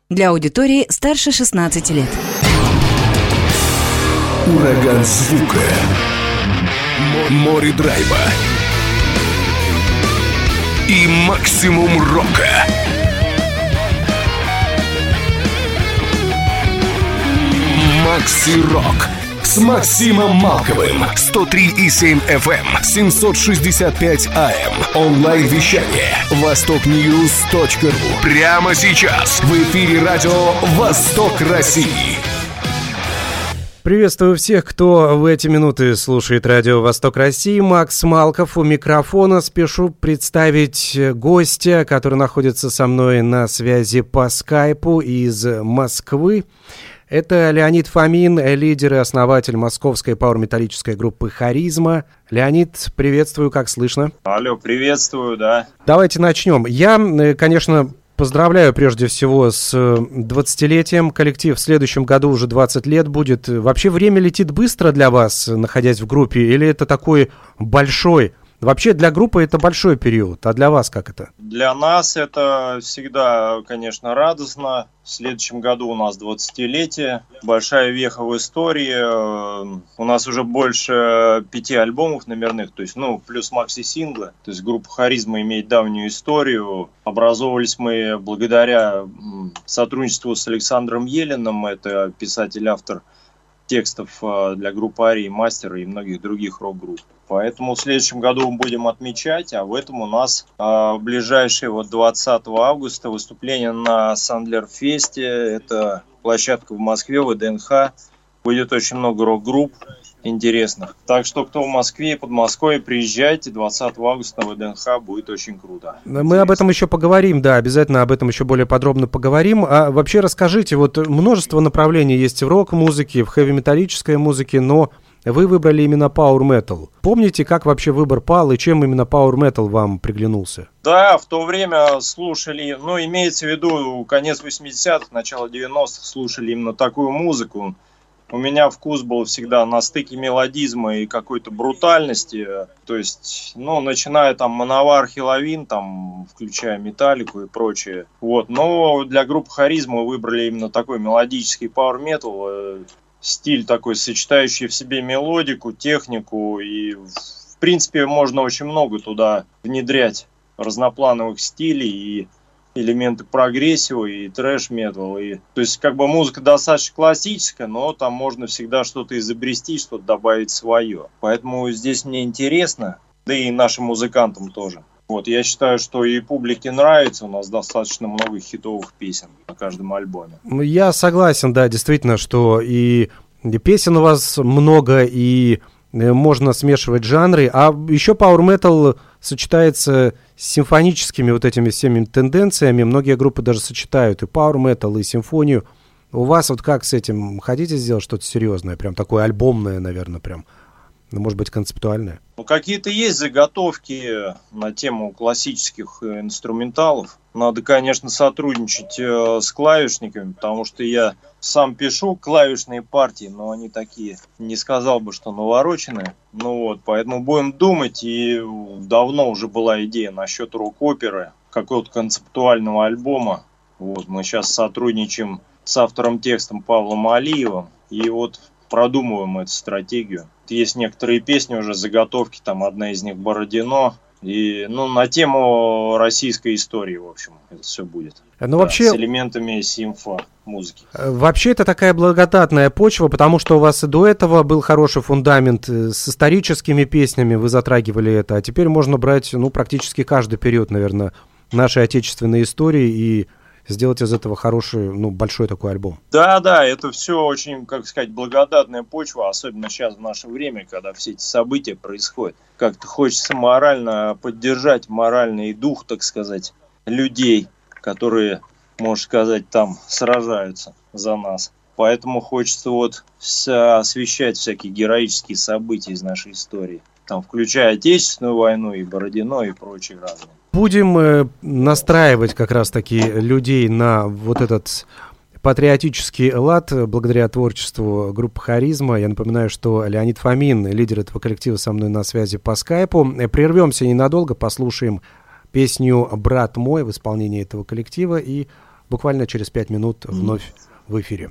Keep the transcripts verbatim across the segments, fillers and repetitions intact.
Для аудитории старше шестнадцати лет. Ураган звука. Море драйва. И максимум рока. Макси Рок с Максимом Малковым. сто три и семь эф эм, семьсот шестьдесят пять эй эм. Онлайн-вещание восток ньюс точка ру. Прямо сейчас в эфире радио «Восток России». Приветствую всех, кто в эти минуты слушает радио «Восток России». Макс Малков у микрофона. Спешу представить гостя, который находится со мной на связи по скайпу из Москвы. Это Леонид Фомин, лидер и основатель московской пауэр-металлической группы «Харизма». Леонид, приветствую, как слышно? Алло, приветствую, да. Давайте начнем. Я, конечно, поздравляю прежде всего с двадцатилетием. Коллектив в следующем году уже двадцать лет будет. Вообще время летит быстро для вас, находясь в группе, или это такой большой... Вообще для группы это большой период, а для вас как это? Для нас это всегда, конечно, радостно. В следующем году у нас двадцатилетие, большая веха в истории. У нас уже больше пяти альбомов номерных, то есть, ну, плюс макси-синглы. То есть группа «Харизма» имеет давнюю историю. Образовывались мы благодаря сотрудничеству с Александром Елиным, это писатель-автор текстов для группы «Арии», «Мастера» и многих других рок-групп. Поэтому в следующем году мы будем отмечать, а в этом у нас э, ближайшее вот двадцатого августа выступление на Сандлер-фесте. Это площадка в Москве, в ВДНХ. Будет очень много рок-групп интересных. Так что, кто в Москве и Подмосковье, приезжайте. двадцатого августа на ВДНХ будет очень круто. Мы Интересно. об этом еще поговорим, да, обязательно об этом еще более подробно поговорим. А вообще расскажите, вот множество направлений есть в рок-музыке, в хэви-металлической музыке, но вы выбрали именно Power Metal. Помните, как вообще выбор пал и чем именно Power Metal вам приглянулся? Да, в то время слушали, ну, имеется в виду конец восьмидесятых, начало девяностых, слушали именно такую музыку. У меня вкус был всегда на стыке мелодизма и какой-то брутальности. То есть, ну, начиная там Мановар, Хеллоуин, там, включая Металлику и прочее. Вот, но для группы «Харизма» мы выбрали именно такой мелодический Power Metal. Стиль такой, сочетающий в себе мелодику, технику, и в принципе можно очень много туда внедрять разноплановых стилей и элементы прогрессива и трэш-метал. И, то есть как бы музыка достаточно классическая, но там можно всегда что-то изобрести, что-то добавить свое. Поэтому здесь мне интересно, да и нашим музыкантам тоже. Вот, я считаю, что и публике нравится, у нас достаточно много хитовых песен на каждом альбоме. Я согласен, да, действительно, что и песен у вас много, и можно смешивать жанры, а еще Power Metal сочетается с симфоническими вот этими всеми тенденциями, многие группы даже сочетают и Power Metal, и симфонию. У вас вот как с этим? Хотите сделать что-то серьезное, прям такое альбомное, наверное, прям? Ну, может быть, концептуальное? Ну, какие-то есть заготовки на тему классических инструменталов. Надо, конечно, сотрудничать э, с клавишниками, потому что я сам пишу клавишные партии, но они такие, не сказал бы, что навороченные. Ну вот, поэтому будем думать, и давно уже была идея насчет рок-оперы, какого-то концептуального альбома. Вот, мы сейчас сотрудничаем с автором текстом Павлом Алиевым, и вот продумываем эту стратегию. Есть некоторые песни уже, заготовки, там одна из них «Бородино». И, ну, на тему российской истории, в общем, это все будет. Ну, да, вообще, с элементами симфа музыки. Вообще это такая благодатная почва, потому что у вас и до этого был хороший фундамент с историческими песнями, вы затрагивали это, а теперь можно брать, ну, практически каждый период, наверное, нашей отечественной истории и сделать из этого хороший, ну, большой такой альбом. Да, да, это все очень, как сказать, благодатная почва, особенно сейчас в наше время, когда все эти события происходят. Как-то хочется морально поддержать моральный дух, так сказать, людей, которые, можно сказать, там сражаются за нас. Поэтому хочется вот освещать всякие героические события из нашей истории, там, включая Отечественную войну и Бородино и прочие разные. Будем э, настраивать как раз-таки людей на вот этот патриотический лад благодаря творчеству группы «Харизма». Я напоминаю, что Леонид Фомин, лидер этого коллектива, со мной на связи по скайпу. Прервемся ненадолго, послушаем песню «Брат мой» в исполнении этого коллектива и буквально через пять минут вновь в эфире.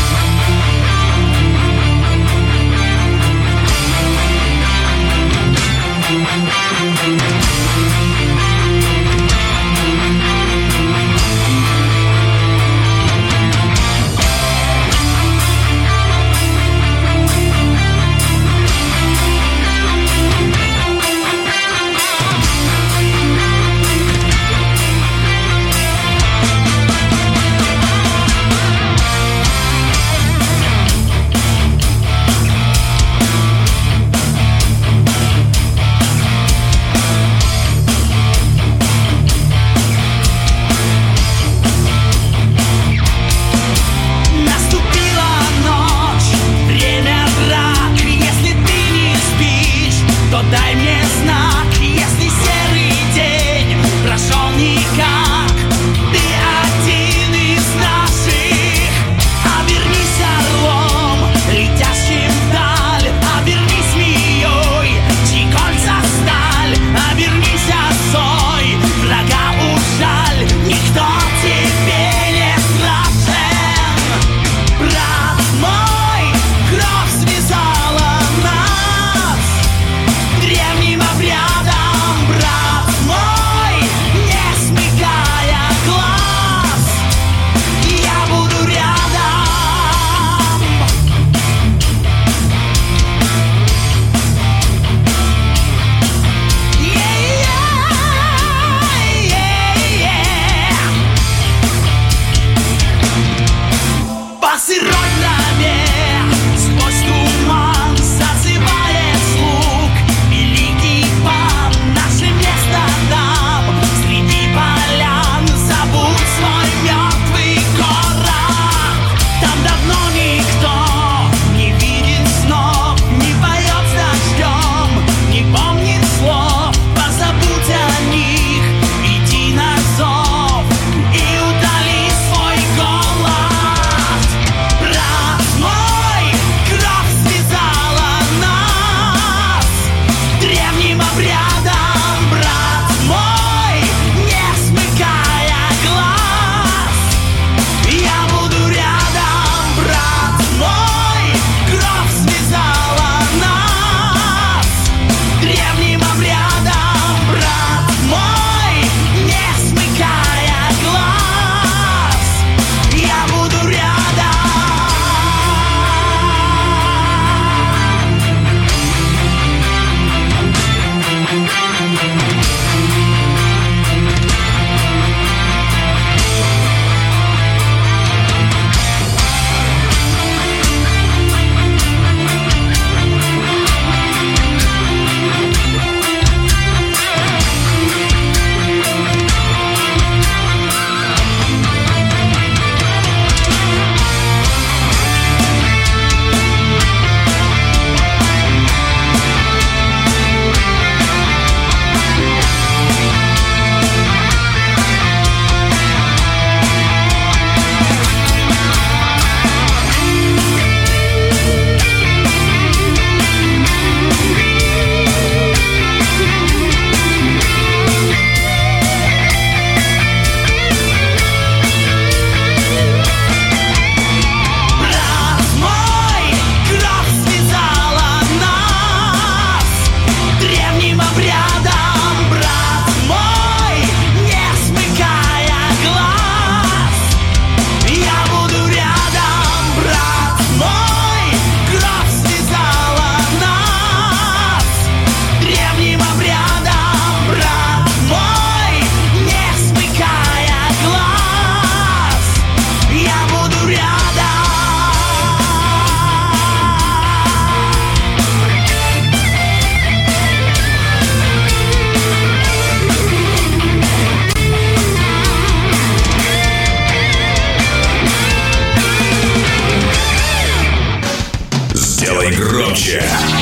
громче.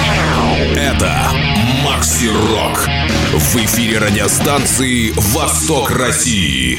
Это Макси Рок. В эфире радиостанции «Восток России».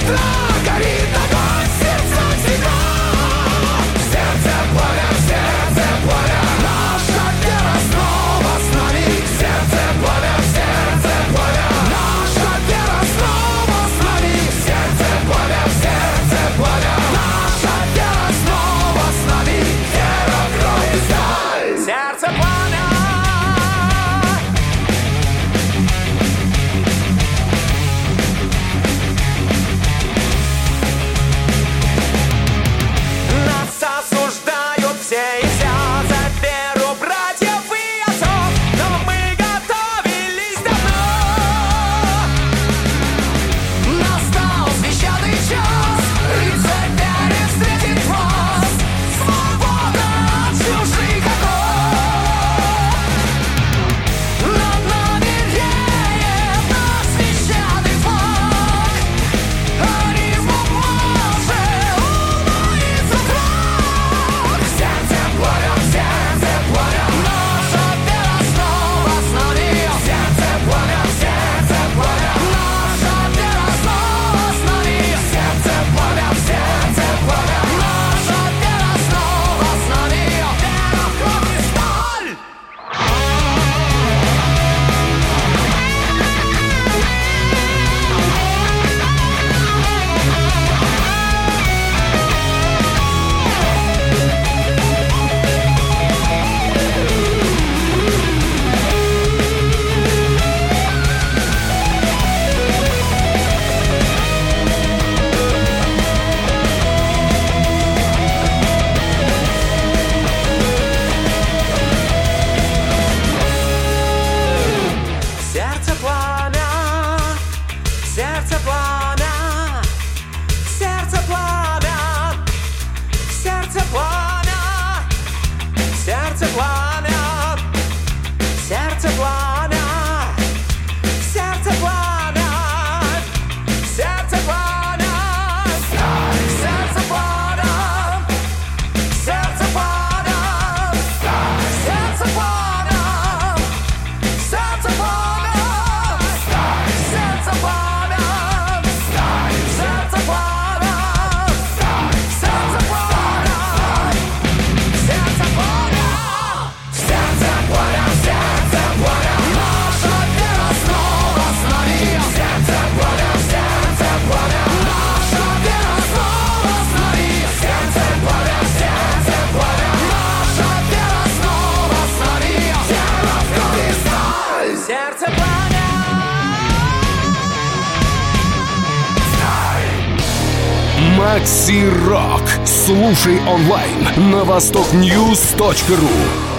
Макси Рок. Слушай онлайн на восток ньюс точка ру.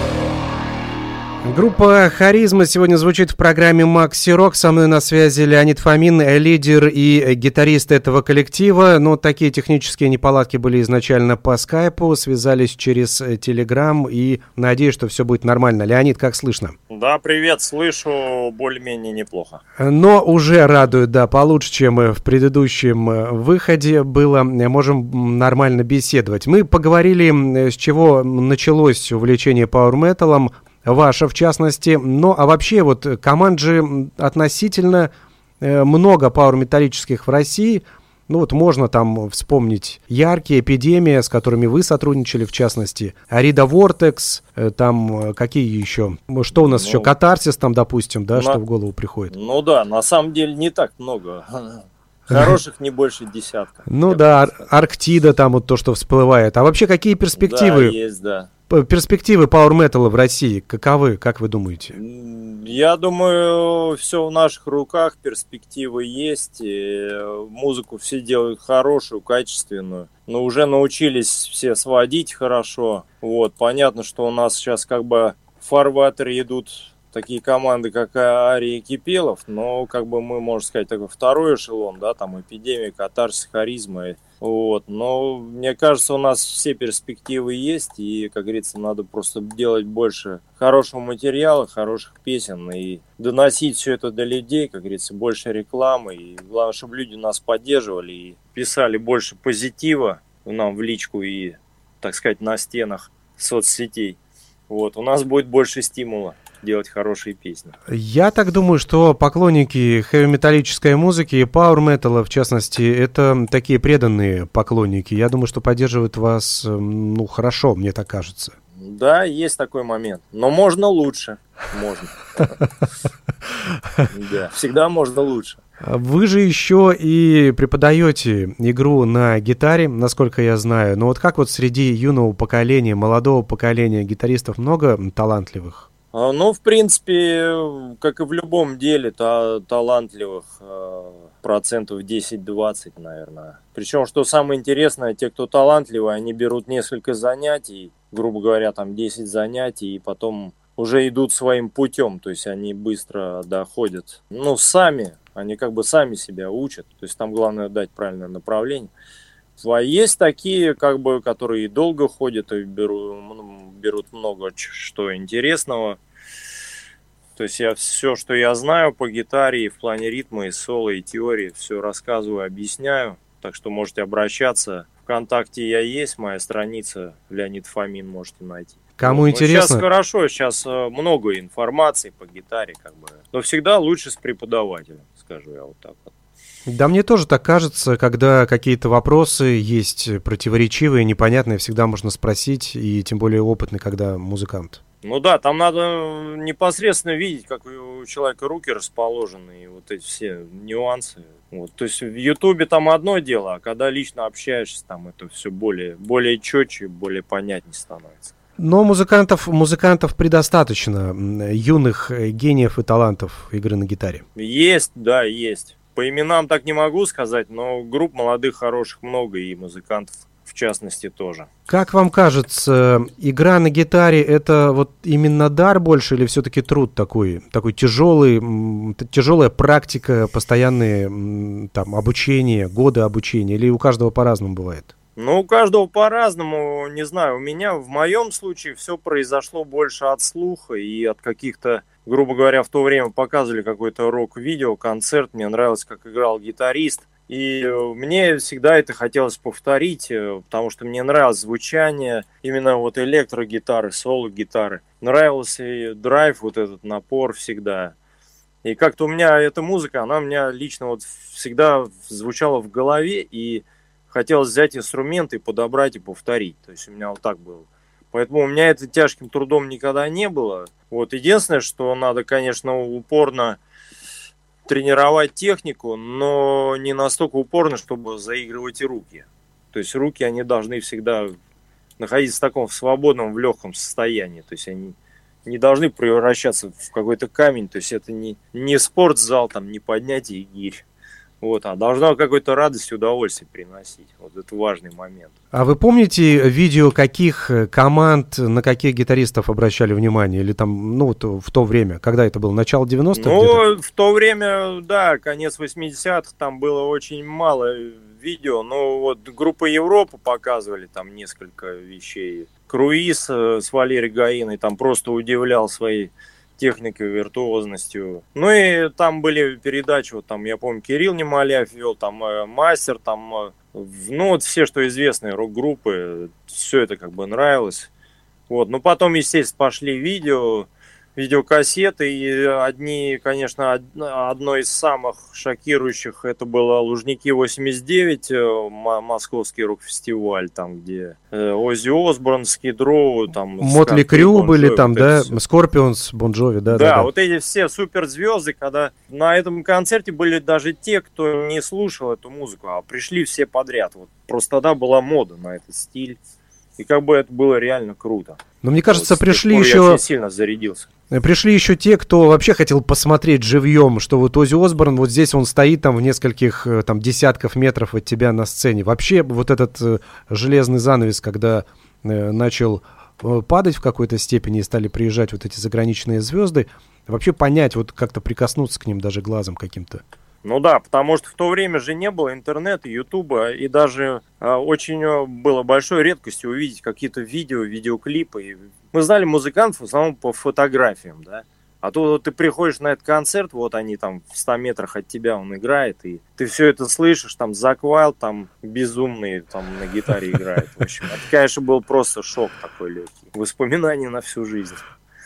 Группа «Харизма» сегодня звучит в программе «Макси Рок». Со мной на связи Леонид Фомин, лидер и гитарист этого коллектива. Но такие технические неполадки были изначально по скайпу. Связались через телеграм и надеюсь, что все будет нормально. Леонид, как слышно? Да, привет, слышу более-менее неплохо. Но уже радует, да, получше, чем в предыдущем выходе было. Можем нормально беседовать. Мы поговорили, с чего началось увлечение пауэр-металом. Ваша, в частности. Ну, а вообще, вот команд же относительно э, много пауэр-металлических в России. Ну, вот можно там вспомнить яркие, Эпидемия, с которыми вы сотрудничали, в частности. Арида Вортекс, э, там э, какие еще? Что у нас ну, еще? Катарсис там, допустим, да, на... что в голову приходит? Ну да, на самом деле не так много. Хороших не больше десятка. Ну да, Ар- Арктида там вот то, что всплывает. А вообще какие перспективы? Да, есть, да. Перспективы пауэр-металла в России каковы, как вы думаете? Я думаю, все в наших руках, перспективы есть, музыку все делают хорошую, качественную, но уже научились все сводить хорошо. Вот, понятно, что у нас сейчас как бы в фарватере идут такие команды, как Ария и Кипелов, но как бы мы, можно сказать, такой второй эшелон, да, там Эпидемия, Катарсис, Харизма. Вот, но мне кажется, у нас все перспективы есть, и, как говорится, надо просто делать больше хорошего материала, хороших песен и доносить все это до людей, как говорится, больше рекламы, и главное, чтобы люди нас поддерживали и писали больше позитива нам в личку и, так сказать, на стенах соцсетей. Вот, у нас будет больше стимула. делать хорошие песни. Я так думаю, что поклонники хэви-металлической музыки и пауэр-металла, в частности, это такие преданные поклонники. Я думаю, что поддерживают вас, ну, хорошо, мне так кажется. Да, есть такой момент. Но можно лучше. Можно. Да, всегда можно лучше. Вы же еще и преподаете игру на гитаре, насколько я знаю. Но вот как вот среди юного поколения, молодого поколения гитаристов много талантливых? Ну, в принципе, как и в любом деле, та, талантливых процентов десять-двадцать, наверное. Причем, что самое интересное, те, кто талантливый, они берут несколько занятий, грубо говоря, там десять занятий, и потом уже идут своим путем, то есть они быстро доходят, ну, сами, они как бы сами себя учат, то есть там главное дать правильное направление. А есть такие, как бы, которые долго ходят и берут, берут много что интересного. То есть я все, что я знаю по гитаре, и в плане ритма, и соло, и теории, все рассказываю, объясняю. Так что можете обращаться. ВКонтакте я есть, моя страница Леонид Фомин, можете найти. Кому вот. интересно? Сейчас хорошо, сейчас много информации по гитаре, как бы. Но всегда лучше с преподавателем, скажу я вот так вот. Да, мне тоже так кажется, когда какие-то вопросы есть противоречивые, непонятные, всегда можно спросить, и тем более опытный, когда музыкант. Ну да, там надо непосредственно видеть, как у человека руки расположены, и вот эти все нюансы. Вот. То есть в Ютубе там одно дело, а когда лично общаешься, там это все более, более четче, более понятнее становится. Но музыкантов, музыкантов предостаточно, юных гениев и талантов игры на гитаре. Есть, да, есть. По именам так не могу сказать, но групп молодых хороших много, и музыкантов в частности тоже. Как вам кажется, игра на гитаре — это вот именно дар больше или все-таки труд такой, такой тяжелый, тяжелая практика, постоянные там обучение, годы обучения, или у каждого по-разному бывает? Ну, у каждого по-разному, не знаю, у меня, в моем случае, все произошло больше от слуха и от каких-то, грубо говоря, в то время показывали какой-то рок-видео, концерт, мне нравилось, как играл гитарист, и мне всегда это хотелось повторить, потому что мне нравилось звучание именно вот электрогитары, соло-гитары, нравился и драйв, вот этот напор всегда. И как-то у меня эта музыка, она у меня лично вот всегда звучала в голове, и хотелось взять инструменты, подобрать и повторить. То есть у меня вот так было. Поэтому у меня это тяжким трудом никогда не было. Вот единственное, что надо, конечно, упорно тренировать технику, но не настолько упорно, чтобы заигрывать и руки. То есть руки, они должны всегда находиться в таком свободном, в легком состоянии. То есть они не должны превращаться в какой-то камень. То есть это не, не спортзал, там, не поднятие гирь. Вот, а должна какой-то радость и удовольствие приносить. Вот это важный момент. А вы помните видео, каких команд, на каких гитаристов обращали внимание? Или там, ну, в то время, когда это было, начало девяностых? Ну, где-то? в то время, да, конец восьмидесятых, там было очень мало видео. Но вот группа Европа показывали там несколько вещей. Круиз с Валерией Гаиной там просто удивлял своей техникой, виртуозностью. Ну и там были передачи, вот там, я помню, Кирилл Немоляев вел, там э, Мастер, там, э, ну вот все, что известные рок-группы, все это как бы нравилось. Вот, ну потом, естественно, пошли видео, видеокассеты, и одни, конечно, одно из самых шокирующих, это было Лужники восемьдесят девять, московский рок-фестиваль, там, где Оззи Осборн, Скид Роу, там... Мотли Крю были там, да, Скорпионс, Бон Джови, да, да. Да, да, вот эти все суперзвезды, когда на этом концерте были даже те, кто не слушал эту музыку, а пришли все подряд. Вот просто тогда была мода на этот стиль. И как бы это было реально круто. Но мне кажется, вот пришли еще... еще... Я очень сильно зарядился. Пришли еще те, кто вообще хотел посмотреть живьем, что вот Оззи Осборн, вот здесь он стоит там в нескольких там десятков метров от тебя на сцене. Вообще вот этот э, железный занавес, когда э, начал э, падать в какой-то степени и стали приезжать вот эти заграничные звезды, вообще понять, вот как-то прикоснуться к ним даже глазом каким-то. Ну да, потому что в то время же не было интернета, ютуба, и даже э, очень было большой редкостью увидеть какие-то видео, видеоклипы. И мы знали музыкантов в основном по фотографиям, да. А то ты приходишь на этот концерт, вот они там в ста метрах от тебя он играет, и ты все это слышишь, там Заквайл там безумный там на гитаре играет. В общем, это, конечно, был просто шок такой легкий. Воспоминания на всю жизнь.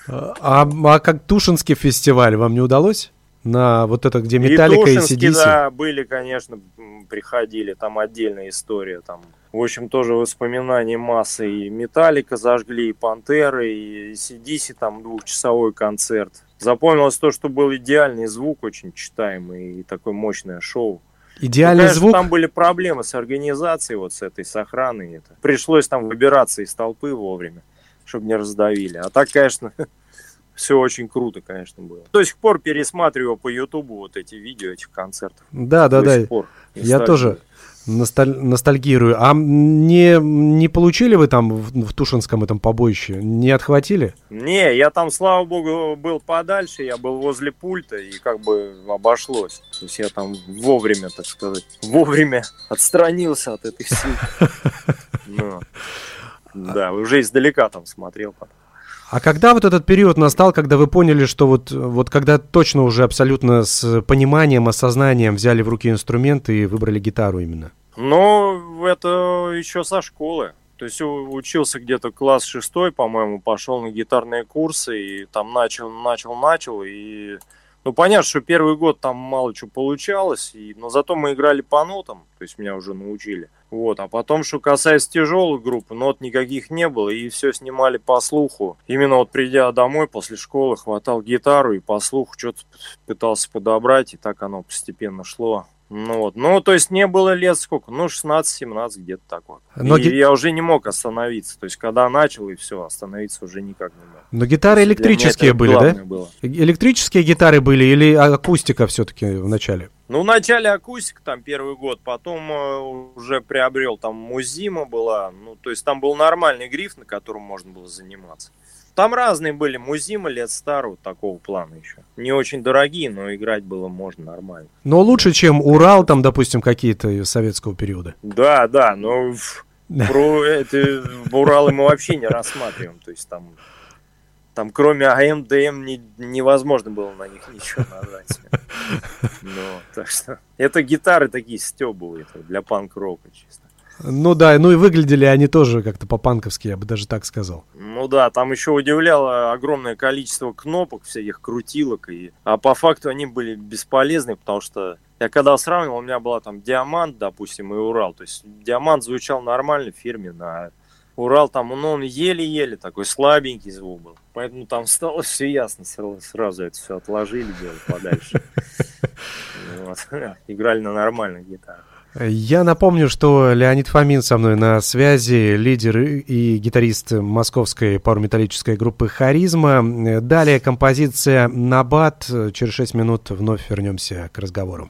А, а как Тушинский фестиваль вам не удалось? На вот это, где Металлика и, и си ди си? Да, были, конечно, приходили, там отдельная история. Там, в общем, тоже воспоминания массы. И Металлика зажгли, и Пантеры, и си ди си, там двухчасовой концерт. Запомнилось то, что был идеальный звук, очень читаемый, и такое мощное шоу. Идеальный ну, конечно, звук? Там были проблемы с организацией, вот с этой, с охраной. Это. Пришлось там выбираться из толпы вовремя, чтобы не раздавили. А так, конечно, все очень круто, конечно, было. До сих пор пересматриваю по Ютубу вот эти видео этих концертов. Да, да, да. Я тоже носталь... ностальгирую. А не, не получили вы там в, в Тушинском этом побоище? Не отхватили? Не, я там, слава богу, был подальше, я был возле пульта, и как бы обошлось. То есть я там вовремя, так сказать, вовремя отстранился от этой всей. Да, уже издалека там смотрел потом. А когда вот этот период настал, когда вы поняли, что вот, вот когда точно уже абсолютно с пониманием, осознанием взяли в руки инструмент и выбрали гитару именно? Ну, это еще со школы. То есть учился где-то класс шестой, по-моему, пошел на гитарные курсы и там начал, начал, начал. И, ну, понятно, что первый год там мало чего получалось, и, но зато мы играли по нотам, то есть меня уже научили. Вот, а потом, что касается тяжелых групп, нот никаких не было, и все снимали по слуху. Именно вот придя домой после школы, хватал гитару и по слуху что-то пытался подобрать, и так оно постепенно шло. Ну вот, ну то есть не было лет сколько, ну шестнадцать-семнадцать где-то так вот. Но и ги... я уже не мог остановиться, то есть когда начал и все, остановиться уже никак не мог. Но гитары электрические были, да? Было. Электрические гитары были или акустика все-таки в начале? Ну, в начале акустика, там, первый год, потом э, уже приобрел, там, Музима была, ну, то есть там был нормальный гриф, на котором можно было заниматься. Там разные были, Музима, Лед Стар, вот такого плана еще. Не очень дорогие, но играть было можно нормально. Но лучше, чем Урал, там, допустим, какие-то советского периода. Да, да, но про это Уралы мы вообще не рассматриваем, то есть там... Там кроме АМ, ДМ не, невозможно было на них ничего назвать. Ну, так что это гитары такие стёбовые для панк-рока чисто. Ну да, ну и выглядели они тоже как-то по-панковски, я бы даже так сказал. Ну да, там еще удивляло огромное количество кнопок, всяких крутилок. И... А по факту они были бесполезны, потому что я когда сравнивал, у меня была там Диамант, допустим, и Урал. То есть Диамант звучал нормально, фирменно, а Урал там, ну, он еле-еле такой слабенький звук был. Поэтому там стало все ясно, сразу, сразу это все отложили, делали подальше. Играли на нормальных гитарах. Я напомню, что Леонид Фомин со мной на связи, лидер и гитарист московской пауэр-металлической группы «Харизма». Далее композиция «Набат». Через шесть минут вновь вернемся к разговору.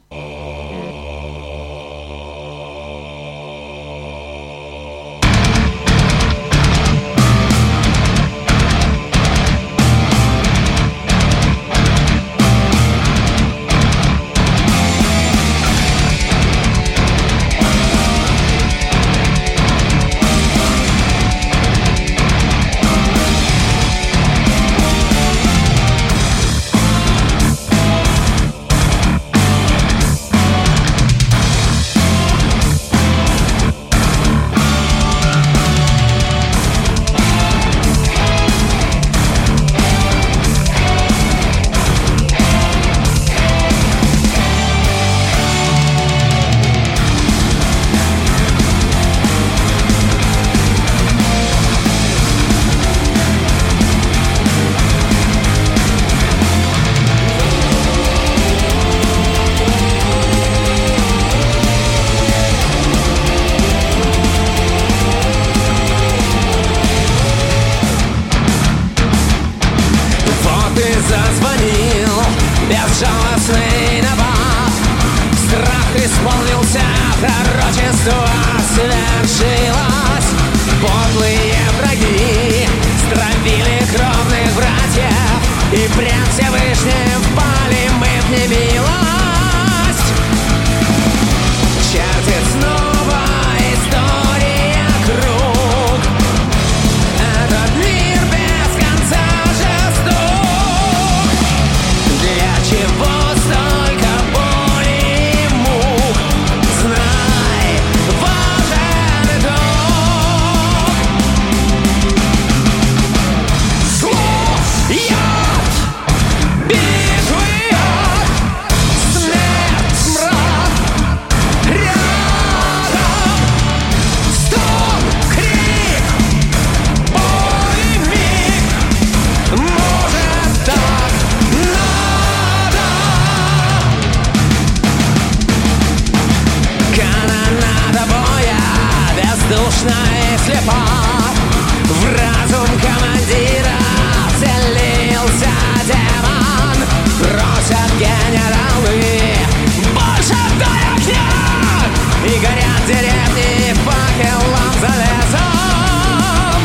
слепо в разум командира вселился демон. Просят генералы больше дай огня, и горят деревни факелом за лесом.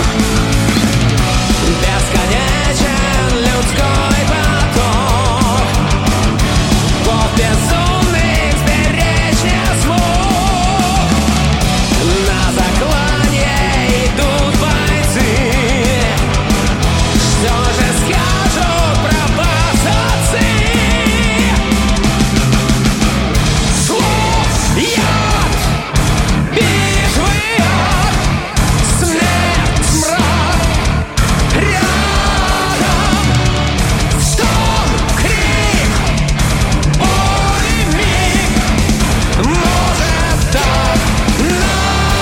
Бесконечен людской поток, вот безумных сберечь не смог. На заклание идут бойцы, что же скажут про вас отцы? Слов, яд, битвы, ад, смерть, мрак, рядом стон, крик, боль и миг. Может, так надо?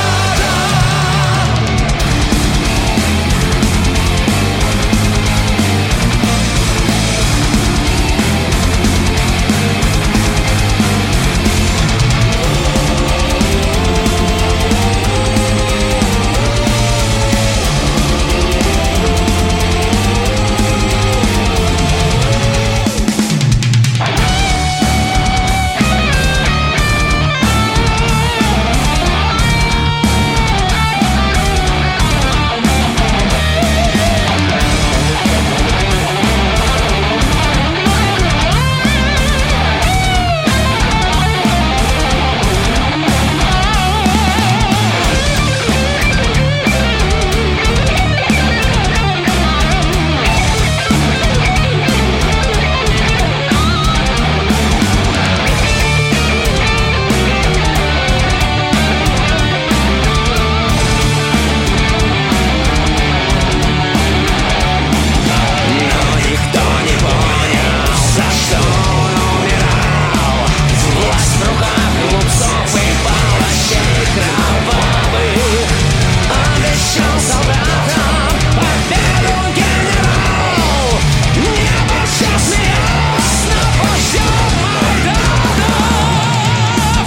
Но никто не понял, за что он умирал. Власть в руках глупцов и палачей кровавых. Обещал солдатам победу генерал. Небо сейчас смеялось на площадь Майданов.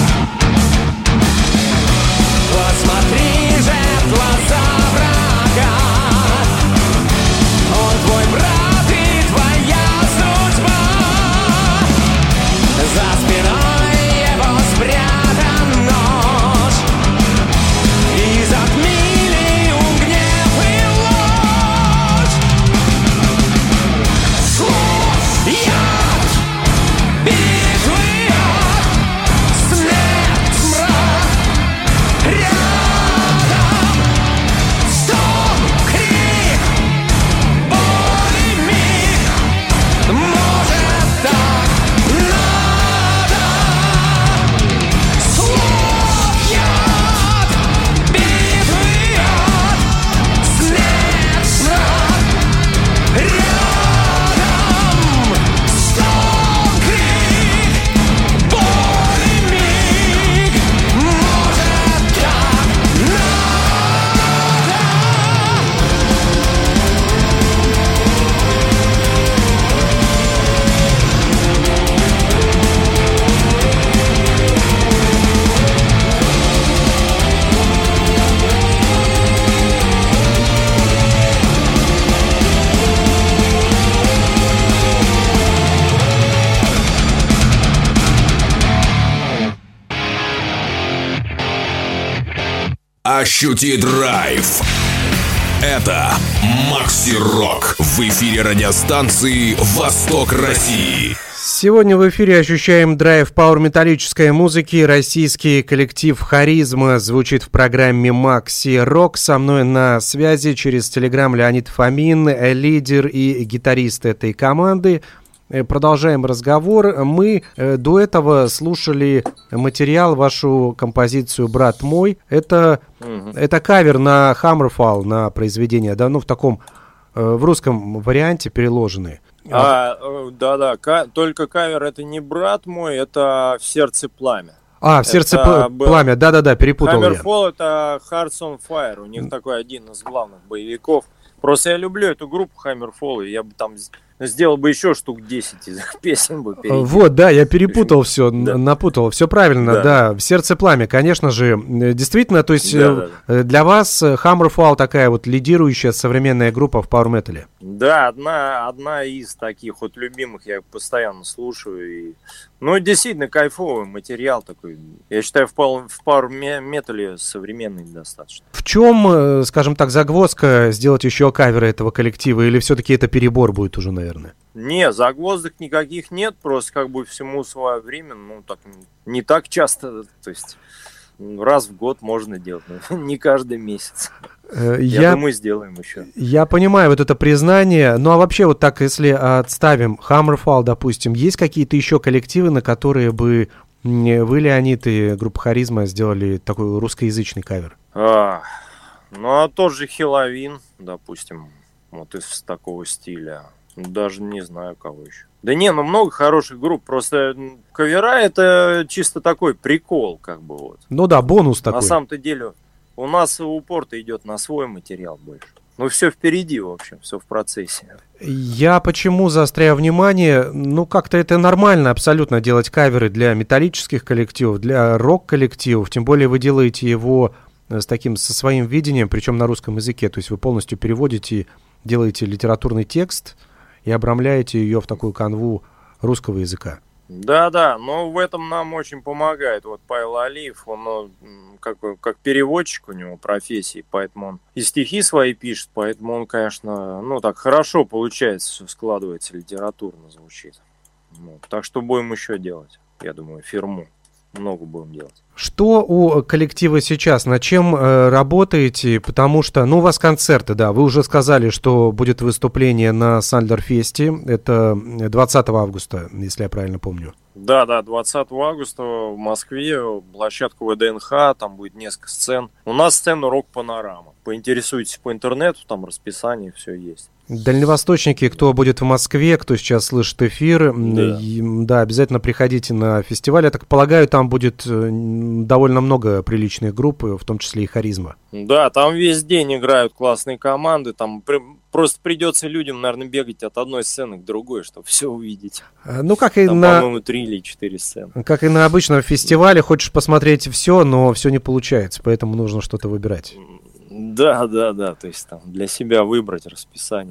Посмотри же в глаза врага, он твой брат и твоя судьба. За спиной его спрятан нож, и затмили ум, гнев и ложь. Слов, яд, битвы, ад, смерть, мрак, рядом стон, крик, боль и миг. Может, так надо? Слов, яд, битвы, ад, смерть, мрак, рядом стон, крик, боль и миг. Может, так надо? Ощути драйв. Это Макси Рок в эфире радиостанции «Восток России». Сегодня в эфире ощущаем драйв пауэр-металлической музыки. Российский коллектив «Харизма» звучит в программе «Макси Рок». Со мной на связи через телеграм Леонид Фомин, лидер и гитарист этой команды. Продолжаем разговор. Мы до этого слушали материал, вашу композицию «Брат мой». Это, угу. это кавер на Hammerfall, на произведение, да, ну в таком, в русском варианте переложенный. А, да-да, ка- только кавер это не «Брат мой», это «В сердце пламя». А, «В сердце это пл- пламя», да-да-да, перепутал я. Hammerfall это Hearts on Fire, у них такой один из главных боевиков. Просто я люблю эту группу Hammerfall, и я бы там сделал бы еще штук десять из песен бы переделал. Вот, да, я перепутал все, да. напутал. Все правильно, да. да. В «Сердце пламя», конечно же. Действительно, то есть да, да. для вас Hammerfall такая вот лидирующая современная группа в пауэр-метале. Да, одна, одна из таких вот любимых, я постоянно слушаю. И... Ну, действительно, кайфовый материал такой. Я считаю, в пауэр-метале современный достаточно. В чем, скажем так, загвоздка сделать еще каверы этого коллектива? Или все-таки это перебор будет уже, наверное? Не, загвоздок никаких нет, просто как бы всему свое время, ну, так не так часто, то есть раз в год можно делать, но не каждый месяц. Я, я думаю, сделаем еще. Я понимаю вот это признание, ну а вообще вот так, если отставим Hammerfall, допустим, есть какие-то еще коллективы, на которые бы вы, Леонид и группа Харизма сделали такой русскоязычный кавер? А, ну а тот же Хеллоуин, допустим, вот из такого стиля. Даже не знаю, кого еще. Да не, ну много хороших групп, просто кавера это чисто такой прикол, как бы вот. Ну да, бонус такой. На самом-то деле у нас упор-то идет на свой материал больше. Ну все впереди, в общем, все в процессе. Я почему заостряю внимание, ну как-то это нормально абсолютно делать каверы для металлических коллективов, для рок-коллективов, тем более вы делаете его с таким, со своим видением, причем на русском языке, то есть вы полностью переводите, делаете литературный текст и обрамляете ее в такую канву русского языка. Да-да, но в этом нам очень помогает вот Павел Алиев, он ну, как, как переводчик у него профессии, поэтому он и стихи свои пишет, поэтому он, конечно, ну так хорошо получается, все складывается, литературно звучит. Вот. Так что будем еще делать, я думаю, фирму. Много будем делать. Что у коллектива сейчас? Над чем э, работаете? Потому что, ну, у вас концерты, да. Вы уже сказали, что будет выступление на Сандерфесте. Это двадцатого августа, если я правильно помню. Да, да, двадцатого августа в Москве, площадка вэ дэ эн ха, там будет несколько сцен. У нас сцена «Рок-панорама». Поинтересуйтесь по интернету, там расписание, все есть. Дальневосточники, кто будет в Москве, кто сейчас слышит эфир, да. да, обязательно приходите на фестиваль. Я так полагаю, там будет довольно много приличных групп, в том числе и «Харизма». Да, там весь день играют классные команды, там при... просто придется людям, наверное, бегать от одной сцены к другой, чтобы все увидеть. Ну, как и там, на... по-моему, три или четыре сцены. Как и на обычном фестивале, хочешь посмотреть все, но все не получается, поэтому нужно что-то выбирать. Да, да, да, то есть там для себя выбрать расписание.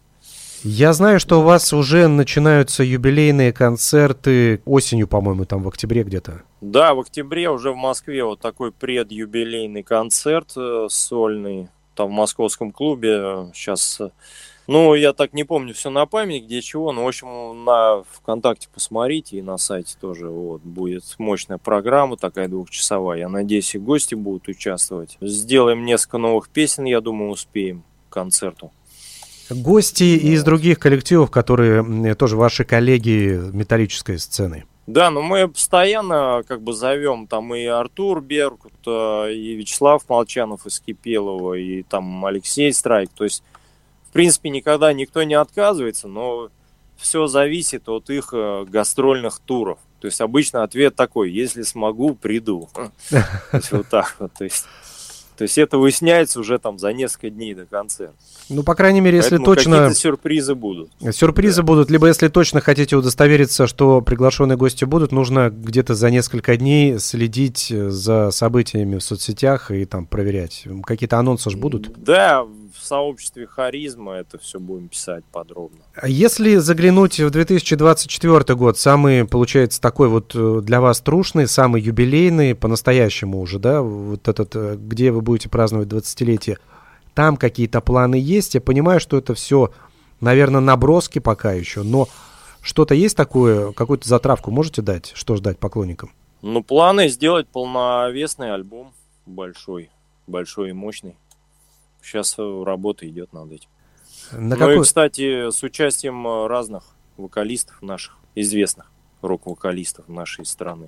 Я знаю, что у вас уже начинаются юбилейные концерты осенью, по-моему, там в октябре где-то. Да, в октябре уже в Москве вот такой предюбилейный концерт э, сольный, там в московском клубе. Сейчас, э, ну, я так не помню все на память, где чего, но, в общем, на ВКонтакте посмотрите и на сайте тоже вот будет мощная программа такая двухчасовая. Я надеюсь, и гости будут участвовать. Сделаем несколько новых песен, я думаю, успеем к концерту. Гости из других коллективов, которые тоже ваши коллеги металлической сцены. Да, но мы постоянно как бы зовем там и Артур Беркут, и Вячеслав Молчанов из Кипелова, и там Алексей Страйк. То есть, в принципе, никогда никто не отказывается, но все зависит от их гастрольных туров. То есть, обычно ответ такой: если смогу, приду. То есть, вот так вот, то есть... То есть это выясняется уже там за несколько дней до концерта. Ну, по крайней мере, если Поэтому точно... какие-то сюрпризы будут. Сюрпризы да. будут. Либо если точно хотите удостовериться, что приглашенные гости будут, нужно где-то за несколько дней следить за событиями в соцсетях и там проверять. Какие-то анонсы же будут? Да, в сообществе «Харизма» это все будем писать подробно. Если заглянуть в две тысячи двадцать четвёртый год, самый, получается, такой вот для вас трушный, самый юбилейный, по-настоящему уже, да, вот этот, где вы будете праздновать двадцатилетие, там какие-то планы есть? Я понимаю, что это все, наверное, наброски пока еще, но что-то есть такое, какую-то затравку можете дать, что ждать поклонникам? Ну, планы сделать полновесный альбом, большой, большой и мощный. Сейчас работа идет над этим. На ну какой... и, кстати, с участием разных вокалистов наших, известных рок-вокалистов нашей страны.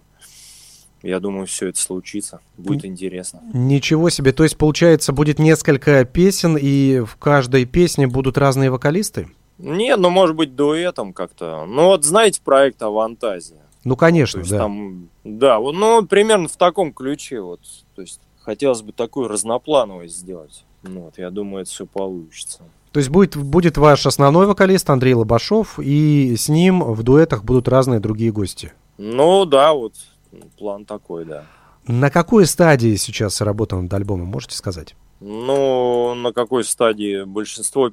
Я думаю, все это случится. Будет интересно. Ничего себе. То есть, получается, будет несколько песен, и в каждой песне будут разные вокалисты? Нет, ну, может быть, дуэтом как-то. Ну, вот знаете проект «Авантазия»? Ну, конечно, да. Там, да, вот, ну, примерно в таком ключе. Вот, то есть, хотелось бы такую разноплановость сделать. Ну, вот, я думаю, это все получится. То есть будет, будет ваш основной вокалист Андрей Лобашов, и с ним в дуэтах будут разные другие гости? Ну да, вот план такой, да. На какой стадии сейчас работа над альбомом, можете сказать? Ну, на какой стадии? Большинство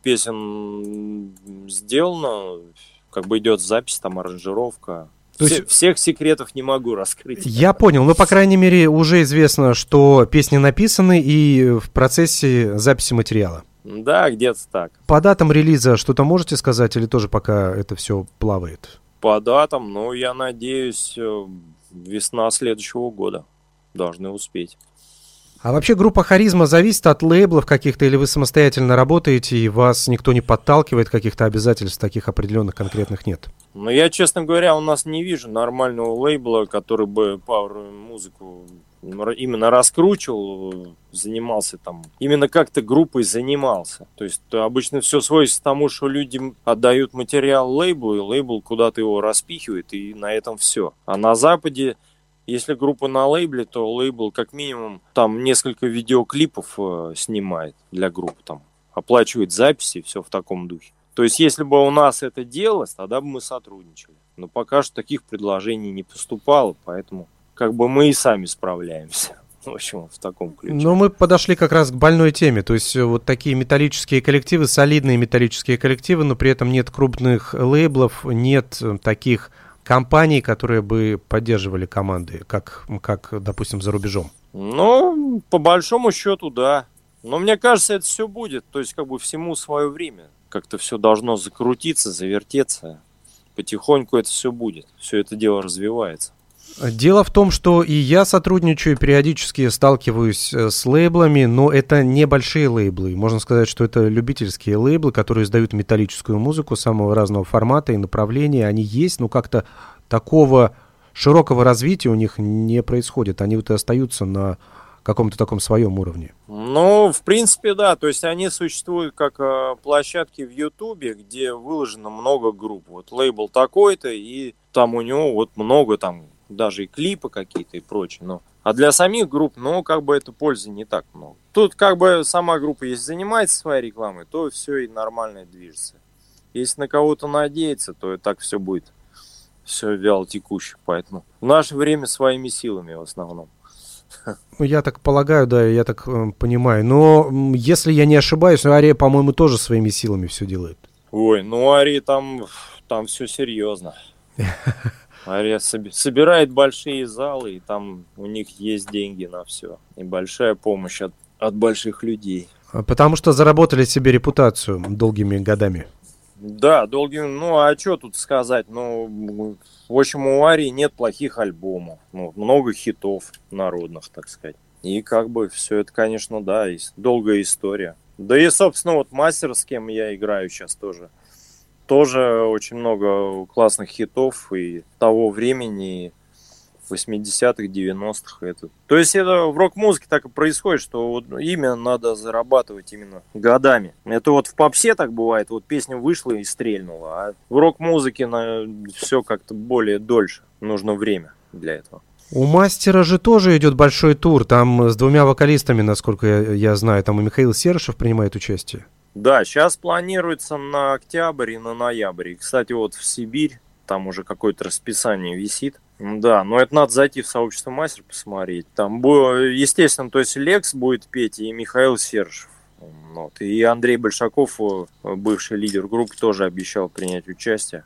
песен сделано, как бы идет запись, там аранжировка. То Все, есть... Всех секретов не могу раскрыть. Я понял, но, по крайней мере, уже известно, что песни написаны и в процессе записи материала. Да, где-то так. По датам релиза что-то можете сказать, или тоже пока это все плавает? По датам, ну, я надеюсь, весна следующего года должны успеть. А вообще группа «Харизма» зависит от лейблов каких-то, или вы самостоятельно работаете, и вас никто не подталкивает, каких-то обязательств таких определенных конкретных нет? Ну, я, честно говоря, у нас не вижу нормального лейбла, который бы пауэр-музыку именно раскручивал, занимался там, именно как-то группой занимался. То есть обычно все сводится к тому, что люди отдают материал лейблу, и лейбл куда-то его распихивает, и на этом все. А на Западе, если группа на лейбле, то лейбл как минимум там несколько видеоклипов э, снимает для группы, там оплачивает записи, все в таком духе. То есть если бы у нас это делалось, тогда бы мы сотрудничали. Но пока что таких предложений не поступало, поэтому как бы мы и сами справляемся. В общем, в таком ключе. Но мы подошли как раз к больной теме. То есть вот такие металлические коллективы, солидные металлические коллективы, но при этом нет крупных лейблов, нет таких компаний, которые бы поддерживали команды, как, как, допустим, за рубежом. Ну, по большому счету, да. Но мне кажется, это все будет. То есть как бы всему свое время. Как-то все должно закрутиться, завертеться. Потихоньку это все будет. Все это дело развивается. Дело в том, что и я сотрудничаю, периодически сталкиваюсь с лейблами, но это небольшие лейблы. Можно сказать, что это любительские лейблы, которые издают металлическую музыку самого разного формата и направления. Они есть, но как-то такого широкого развития у них не происходит. Они вот и остаются на каком-то таком своем уровне. Ну, в принципе, да. То есть они существуют как э, площадки в Ютубе, где выложено много групп. Вот лейбл такой-то, и там у него вот много там даже и клипы какие-то и прочее. Но... А для самих групп, ну, как бы это пользы не так много. Тут как бы сама группа, если занимается своей рекламой, то все и нормально движется. Если на кого-то надеяться, то и так все будет. Все вяло текуще. Поэтому в наше время своими силами в основном. Ну, я так полагаю, да, я так э, понимаю. Но если я не ошибаюсь, Ария, по-моему, тоже своими силами все делает. Ой, ну Ария там, там все серьезно. Ария собирает большие залы, и там у них есть деньги на все. И большая помощь от, от больших людей. Потому что заработали себе репутацию долгими годами. Да, долгими. Ну, а что тут сказать? Ну, в общем, у Арии нет плохих альбомов. Ну, много хитов народных, так сказать. И как бы все это, конечно, да, долгая история. Да и, собственно, вот мастер, с кем я играю сейчас тоже. Тоже очень много классных хитов и того времени, восьмидесятых, девяностых. Это. То есть это в рок-музыке так и происходит, что вот имя надо зарабатывать именно годами. Это вот в попсе так бывает, вот песня вышла и стрельнула, а в рок-музыке на все как-то более дольше, нужно время для этого. У мастера же тоже идет большой тур, там с двумя вокалистами, насколько я, я знаю, там и Михаил Серышев принимает участие. Да, сейчас планируется на октябрь и на ноябрь. И, кстати, вот в Сибирь, там уже какое-то расписание висит. Да, но это надо зайти в сообщество «Мастер» посмотреть. Там, естественно, то есть Лекс будет петь и Михаил Серышев. Вот. И Андрей Большаков, бывший лидер группы, тоже обещал принять участие.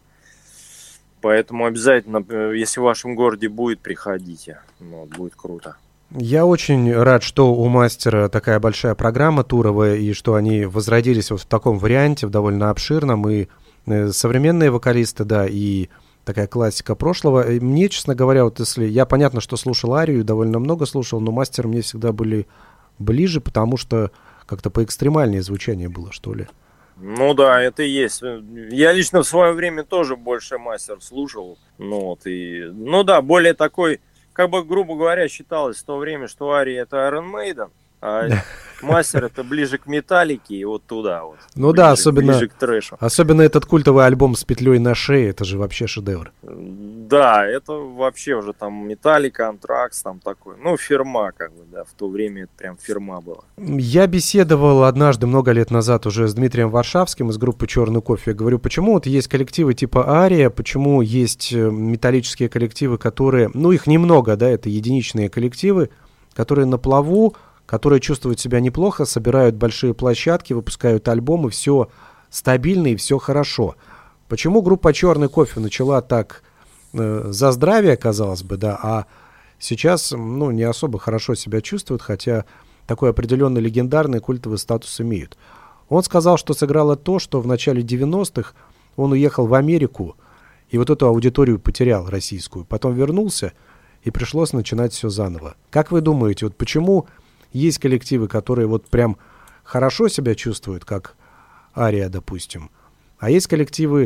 Поэтому обязательно, если в вашем городе будет, приходите. Вот, будет круто. Я очень рад, что у мастера такая большая программа туровая, и что они возродились вот в таком варианте, в довольно обширном, и современные вокалисты, да, и такая классика прошлого. И мне, честно говоря, вот если... Я, понятно, что слушал Арию, довольно много слушал, но мастер мне всегда были ближе, потому что как-то поэкстремальнее звучание было, что ли. Ну да, это и есть. Я лично в свое время тоже больше мастер слушал. Ну, вот, и... ну да, более такой... Как бы, грубо говоря, считалось в то время, что Ария — это Iron Maiden, а мастер — это ближе к металлике и вот туда вот. Ну ближе, да, особенно, ближе к трэшу. Особенно этот культовый альбом с петлей на шее, это же вообще шедевр. Да, это вообще уже там Металлика, Антракс, там такой, ну, фирма, как бы, да, в то время это прям фирма была. Я беседовал однажды, много лет назад уже с Дмитрием Варшавским из группы «Черный кофе». Я говорю, почему вот есть коллективы типа «Ария», почему есть металлические коллективы, которые, ну, их немного, да, это единичные коллективы, которые на плаву, которые чувствуют себя неплохо, собирают большие площадки, выпускают альбомы, все стабильно и все хорошо. Почему группа «Черный кофе» начала так э, за здравие, казалось бы, да, а сейчас, ну, не особо хорошо себя чувствуют, хотя такой определенный легендарный культовый статус имеют. Он сказал, что сыграло то, что в начале девяностых он уехал в Америку и вот эту аудиторию потерял российскую. Потом вернулся и пришлось начинать все заново. Как вы думаете, вот почему есть коллективы, которые вот прям хорошо себя чувствуют, как «Ария», допустим, а есть коллективы,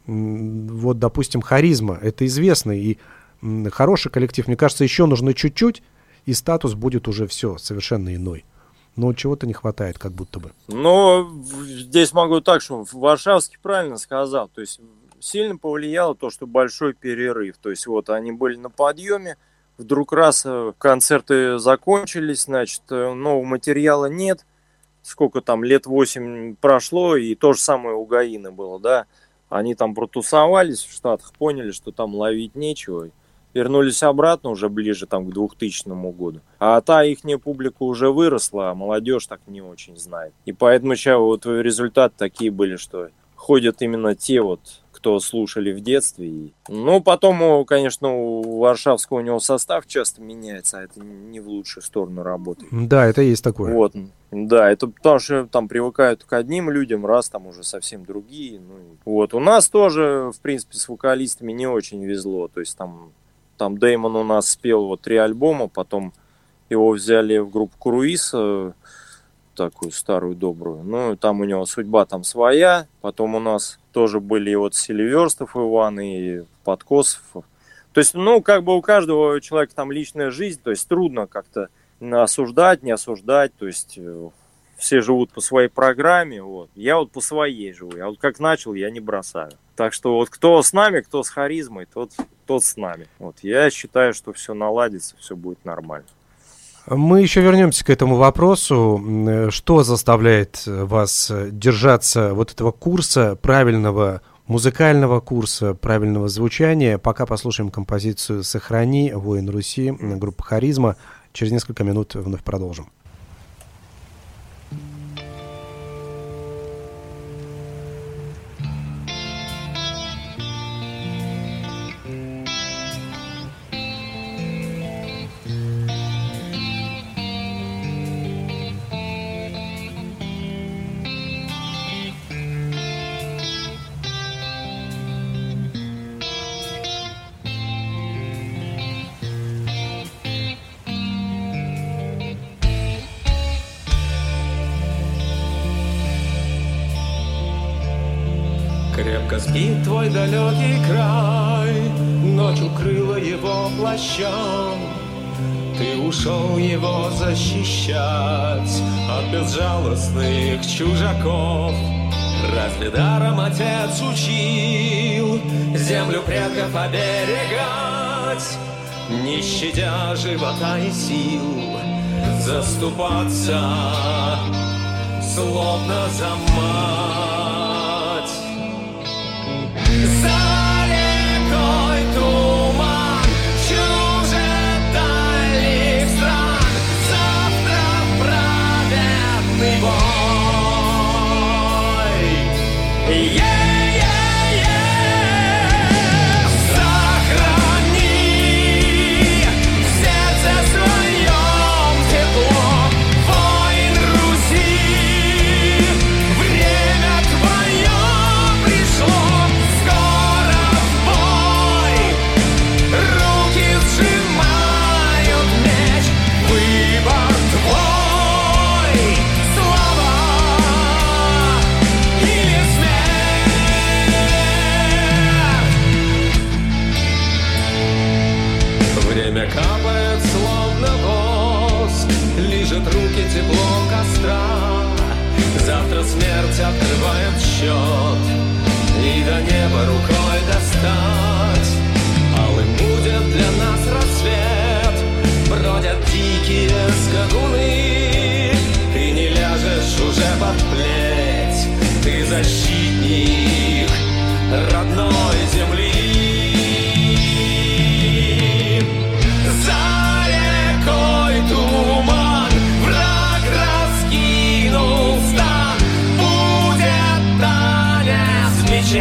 вот, допустим, «Харизма», это известный и хороший коллектив. Мне кажется, еще нужно чуть-чуть, и статус будет уже все совершенно иной. Но чего-то не хватает, как будто бы. Ну, здесь могу так, что Варшавский правильно сказал. То есть сильно повлияло то, что большой перерыв. То есть вот они были на подъеме, вдруг раз концерты закончились, значит, нового материала нет. Сколько там, лет восемь прошло, и то же самое у Гаины было, да. Они там протусовались в Штатах, поняли, что там ловить нечего. Вернулись обратно уже ближе там, к двухтысячному году. А та ихняя публика уже выросла, а молодежь так не очень знает. И поэтому сейчас вот результаты такие были, что ходят именно те вот, кто слушали в детстве. Ну, потом, конечно, у Варшавского у него состав часто меняется, а это не в лучшую сторону работает. Да, это есть такое. Вот. Да, это потому что там привыкают к одним людям, раз там уже совсем другие. Ну, вот. У нас тоже, в принципе, с вокалистами не очень везло. То есть там, там Дэймон у нас спел вот три альбома, потом его взяли в группу Круиз, такую старую добрую. Ну, там у него судьба там своя. Потом у нас тоже были и вот Селиверстов Иван, и Подкосов. То есть, ну, как бы у каждого человека там личная жизнь, то есть трудно как-то осуждать, не осуждать, то есть все живут по своей программе, вот. Я вот по своей живу, я вот как начал, я не бросаю. Так что вот кто с нами, кто с харизмой, тот, тот с нами. Вот. Я считаю, что все наладится, все будет нормально. Мы еще вернемся к этому вопросу. Что заставляет вас держаться вот этого курса, правильного музыкального курса, правильного звучания? Пока послушаем композицию «Сохрани», «Воин Руси», группа «Харизма». Через несколько минут вновь продолжим. Крепко спит твой далекий край, ночь укрыла его плащом. Ты ушел его защищать от безжалостных чужаков. Разве даром отец учил землю предков оберегать, не щадя живота и сил, заступаться словно за мать? За рекой туман, чужедальних стран, завтра праведный бой. Е-е-е, сохрани в сердце своем тепло, воин Руси, время твое пришло. Скоро в бой руки сжимают меч, выбор твой, слава или смерть. Время капает словно воск, лижет руки теплом костра. Завтра смерть открывает счет, и до неба рукой достать. А скакуны, ты не ляжешь уже под плеть, ты защитник родной земли. За рекой туман, враг раскинул стан, будет танец мечей.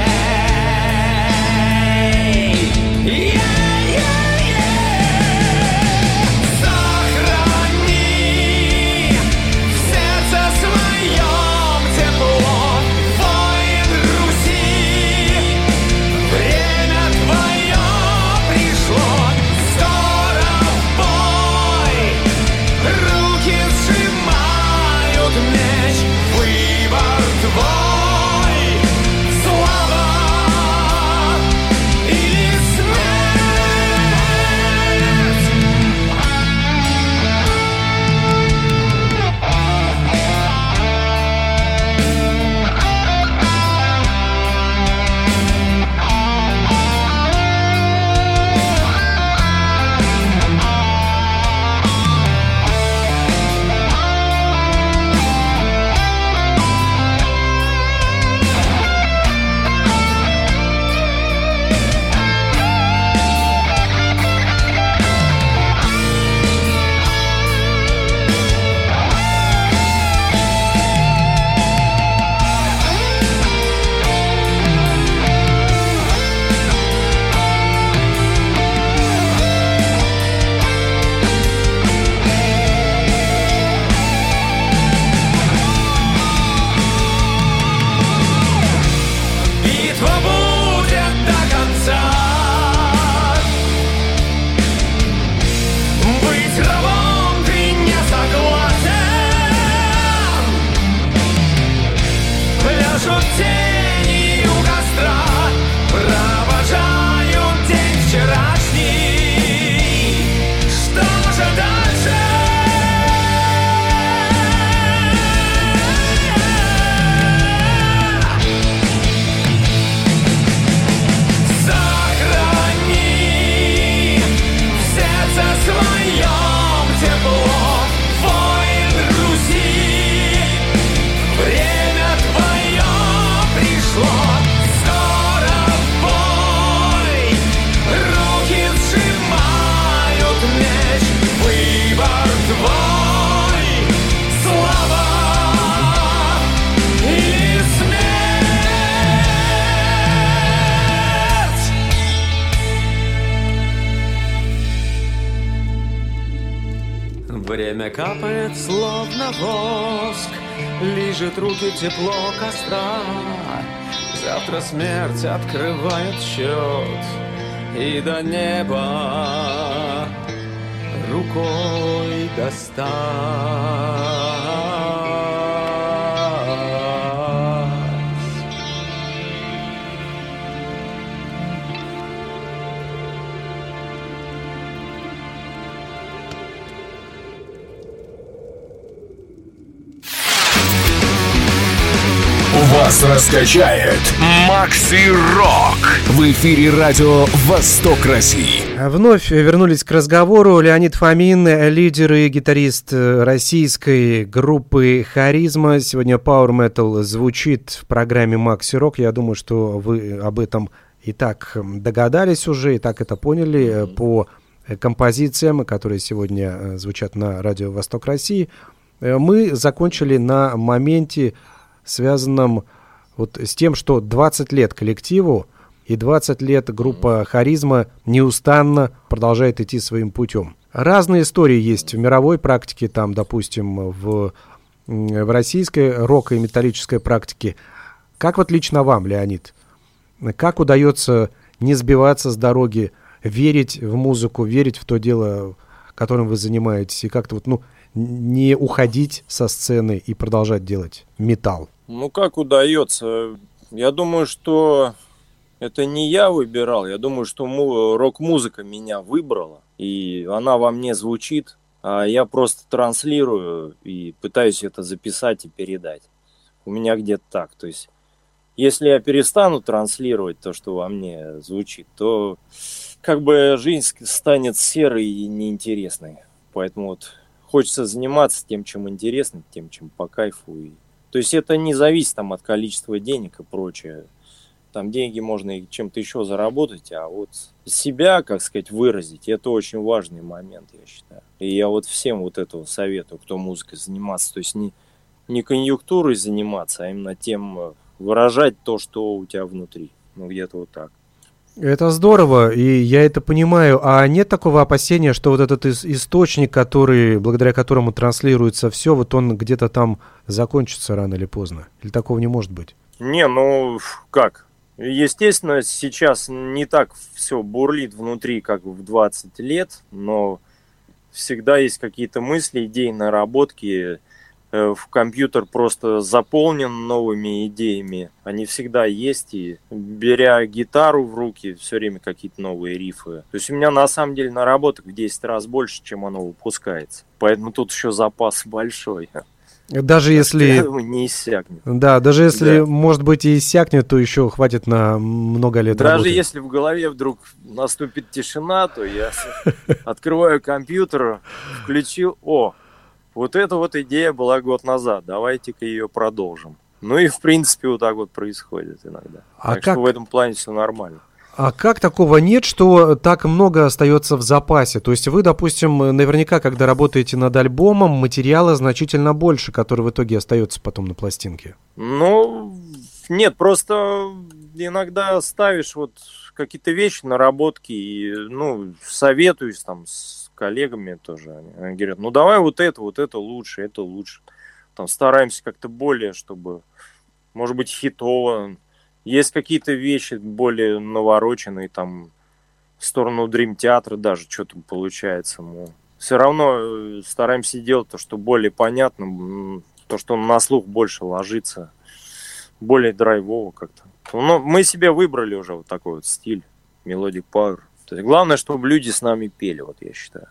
Время капает, словно воск, лижет руки тепло костра. Завтра смерть открывает счет, и до неба рукой достать. Вас раскачает Макси Рок в эфире радио «Восток России». Вновь вернулись к разговору. Леонид Фомин, лидер и гитарист российской группы «Харизма». Сегодня Power Metal звучит в программе Макси Рок. Я думаю, что вы об этом и так догадались уже, и так это поняли по композициям, которые сегодня звучат на радио «Восток России». Мы закончили на моменте, связанном вот с тем, что двадцать лет коллективу и двадцать лет группа «Харизма» неустанно продолжает идти своим путем. Разные истории есть в мировой практике, там, допустим, в, в российской рок- и металлической практике. Как вот лично вам, Леонид, как удается не сбиваться с дороги, верить в музыку, верить в то дело, которым вы занимаетесь, и как-то вот, ну, не уходить со сцены и продолжать делать металл? Ну, как удается? Я думаю, что это не я выбирал. Я думаю, что му- рок-музыка меня выбрала. И она во мне звучит. А я просто транслирую и пытаюсь это записать и передать. У меня где-то так. То есть, если я перестану транслировать то, что во мне звучит, то как бы жизнь станет серой и неинтересной. Поэтому вот хочется заниматься тем, чем интересно, тем, чем по кайфу. И... То есть это не зависит там от количества денег и прочее. Там деньги можно и чем-то еще заработать, а вот себя, как сказать, выразить, это очень важный момент, я считаю. И я вот всем вот этого советую, кто музыкой заниматься. То есть не, не конъюнктурой заниматься, а именно тем выражать то, что у тебя внутри. Ну, где-то вот так. Это здорово, и я это понимаю. А нет такого опасения, что вот этот ис- источник, который, благодаря которому транслируется все, вот он где-то там закончится рано или поздно? Или такого не может быть? Не, ну как? Естественно, сейчас не так все бурлит внутри, как в двадцать лет, но всегда есть какие-то мысли, идеи, наработки. В компьютер просто заполнен новыми идеями. Они всегда есть, и беря гитару в руки, все время какие-то новые рифы. То есть у меня на самом деле наработок в десять раз больше, чем оно выпускается. Поэтому тут еще запас большой. Даже если... Не иссякнет. Да, даже если, Да. может быть, и иссякнет, то еще хватит на много лет Даже работы. если в голове вдруг наступит тишина, то я открываю компьютер, включил... О, вот эта вот идея была год назад, давайте-ка ее продолжим. Ну и в принципе вот так вот происходит иногда. А так как... что в этом плане все нормально. А как такого нет, что так много остается в запасе? То есть вы, допустим, наверняка, когда работаете над альбомом, материала значительно больше, который в итоге остается потом на пластинке. Ну, нет, просто иногда ставишь вот какие-то вещи, наработки, и, ну, советуюсь там с коллегами тоже. Они говорят, ну давай вот это, вот это лучше, это лучше. Там стараемся как-то более, чтобы, может быть, хитово. Есть какие-то вещи более навороченные, там, в сторону Dream театра даже что-то получается. Но все равно стараемся делать то, что более понятно, то, что на слух больше ложится, более драйвово как-то. Но мы себе выбрали уже вот такой вот стиль, Melodic Power. То есть главное, чтобы люди с нами пели, вот я считаю.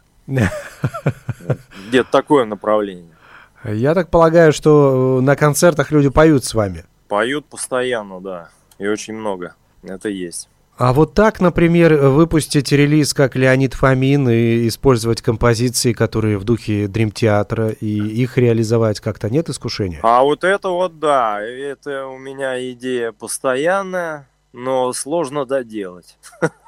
Где-то такое направление. Я так полагаю, что на концертах люди поют с вами. Поют постоянно, да. И очень много. Это есть. А вот так, например, выпустить релиз, как Леонид Фомин, и использовать композиции, которые в духе Dream театра, и их реализовать как-то нет искушения? А вот это вот, да, это у меня идея постоянная, но сложно доделать.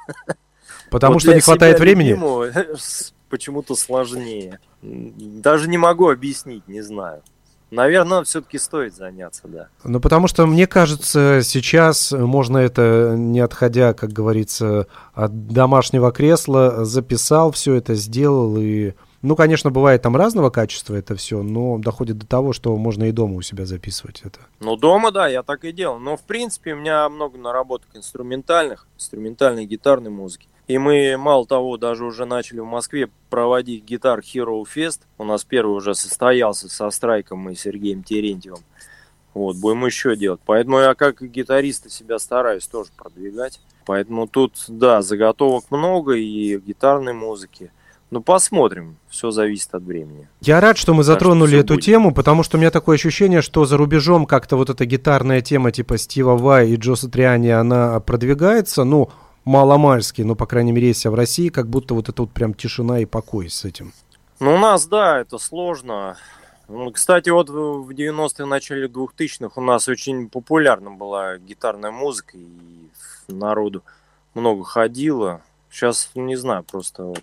Потому Вот что не хватает времени? Любимого, почему-то сложнее. Даже не могу объяснить, не знаю. Наверное, все-таки стоит заняться, да. Ну, потому что, мне кажется, сейчас можно это, не отходя, как говорится, от домашнего кресла, записал все это, сделал. И, ну, конечно, бывает там разного качества это все, но доходит до того, что можно и дома у себя записывать это. Ну, дома, да, я так и делал. Но, в принципе, у меня много наработок инструментальных, инструментальной гитарной музыки. И мы, мало того, даже уже начали в Москве проводить Guitar Hero Fest. У нас первый уже состоялся со Страйком и Сергеем Терентьевым. Вот, будем еще делать. Поэтому я как гитарист себя стараюсь тоже продвигать. Поэтому тут, да, заготовок много и гитарной музыки. Ну, посмотрим. Все зависит от времени. Я рад, что мы затронули что эту будет. тему, потому что у меня такое ощущение, что за рубежом как-то вот эта гитарная тема типа Стива Вай и Джо Сатриани, она продвигается, ну, маломальски, но, по крайней мере, если в России, как будто вот это вот прям тишина и покой с этим. Ну, у нас, да, это сложно. Ну, кстати, вот в девяностых, начале двухтысячных у нас очень популярна была гитарная музыка, и народу много ходило. Сейчас, не знаю, просто вот.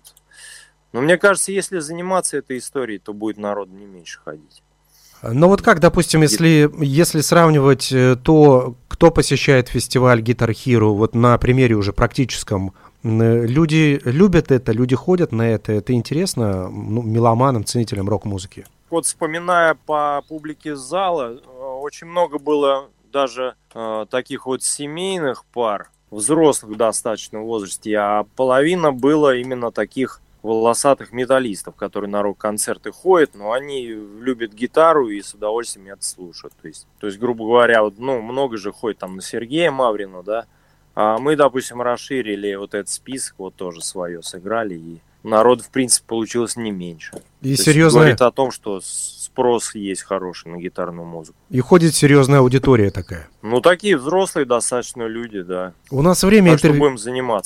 Но мне кажется, если заниматься этой историей, то будет народ не меньше ходить. Но вот как, допустим, если, если сравнивать то, кто посещает фестиваль Guitar Hero, вот на примере уже практическом, люди любят это, люди ходят на это, это интересно, ну, меломанам, ценителям рок-музыки? Вот вспоминая по публике зала, очень много было даже э, таких вот семейных пар, взрослых в достаточном возрасте, а половина было именно таких волосатых металлистов, которые на рок-концерты ходят, но они любят гитару и с удовольствием это слушают. То есть, то есть грубо говоря, вот, ну, много же ходит там на Сергея Маврина, да, а мы, допустим, расширили вот этот список, вот тоже свое сыграли, и народ, в принципе, получилось не меньше. И то серьезно... говорит о том, что спрос есть хороший на гитарную музыку. И ходит серьезная аудитория такая. Ну, такие взрослые достаточно люди, да. У нас время Так что интервью... будем заниматься.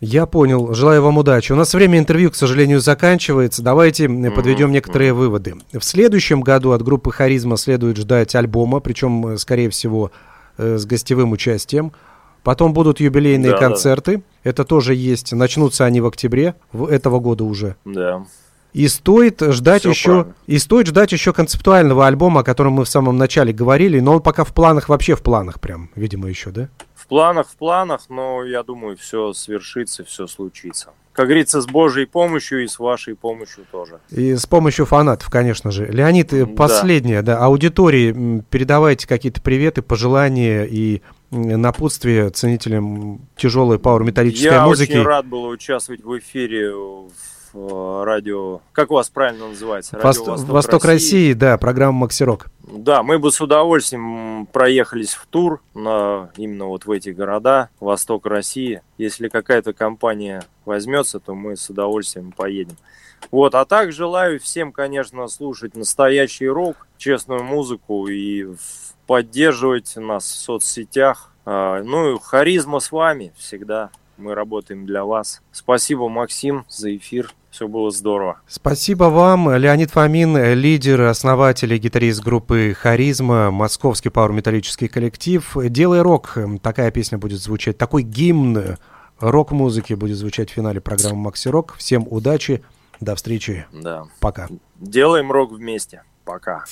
Я понял. Желаю вам удачи. У нас время интервью, к сожалению, заканчивается. Давайте подведем mm-hmm. некоторые mm-hmm. выводы. В следующем году от группы «Харизма» следует ждать альбома, причем, скорее всего, с гостевым участием. Потом будут юбилейные да, концерты. Да. Это тоже есть. Начнутся они в октябре этого года уже. Да. И стоит ждать Все еще, правильно. и стоит ждать еще концептуального альбома, о котором мы в самом начале говорили, но он пока в планах, вообще в планах прям, видимо, еще, да? В планах, в планах, но я думаю, все свершится, все случится. Как говорится, с Божьей помощью и с вашей помощью тоже. И с помощью фанатов, конечно же. Леонид, последнее, да, да аудитории, передавайте какие-то приветы, пожелания и напутствие ценителям тяжелой пауэр-металлической я музыки. Я очень рад был участвовать в эфире в радио, как у вас правильно называется? Радио Вост... Восток, Восток России. России, да, программа «Макси Рок». Да, мы бы с удовольствием проехались в тур на, именно вот в эти города, Восток России. Если какая-то компания возьмется, то мы с удовольствием поедем. Вот, а так желаю всем, конечно, слушать настоящий рок, честную музыку и поддерживать нас в соцсетях. Ну и «Харизма» с вами всегда. Мы работаем для вас. Спасибо, Максим, за эфир. Все было здорово. Спасибо вам. Леонид Фомин, лидер, основатель и гитарист группы «Харизма», московский пауэр-металлический коллектив. «Делай рок». Такая песня будет звучать. Такой гимн рок-музыки будет звучать в финале программы «Макси Рок». Всем удачи. До встречи. Да. Пока. Делаем рок вместе. Пока.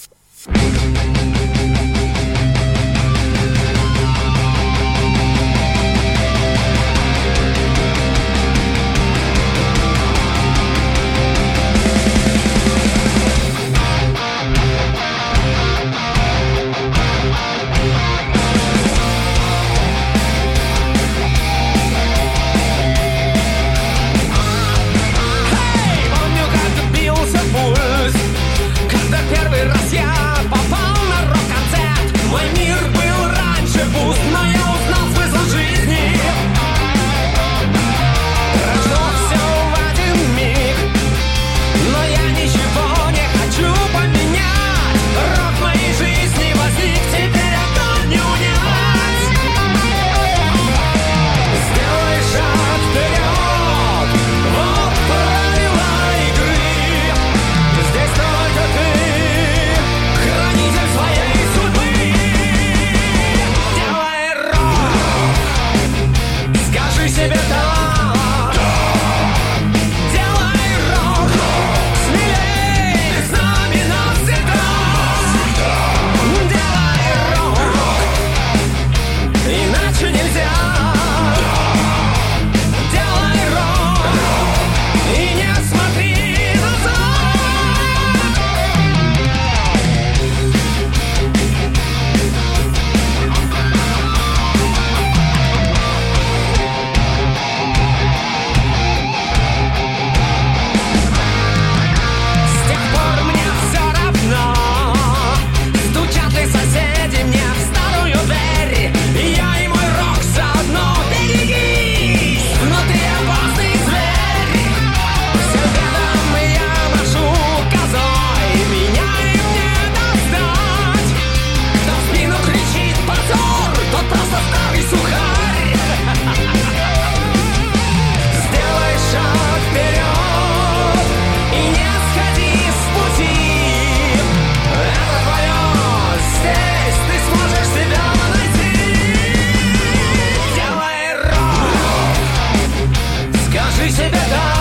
Первый раз я попал на рок-концерт. Мой мир был раньше пуст, но я узнал смысл жизни. Прошло все в один миг, но я ничего не хочу поменять. Рок моей жизни возник, теперь это не унять. Сделай шаг вперед, вот правила игры. Здесь только ты, хранитель своей судьбы. Делай рок, скажи себе да. Делай рок, смелей, с нами навсегда. Делай рок, иначе нельзя. Делай рок, и не смотри назад. С тех пор мне все равно, стучат ли соседи мне в старую дверь. Я и мой рок заодно. Берегись, внутри опасный зверь. Всем бедам я машу козой, меня им не достать. Кто в спину кричит позор, тот просто старый сухарь. Сделай шаг вперед и не сходи с пути. Это твое, здесь ты сможешь себя найти. Делай рок, скажи себе да.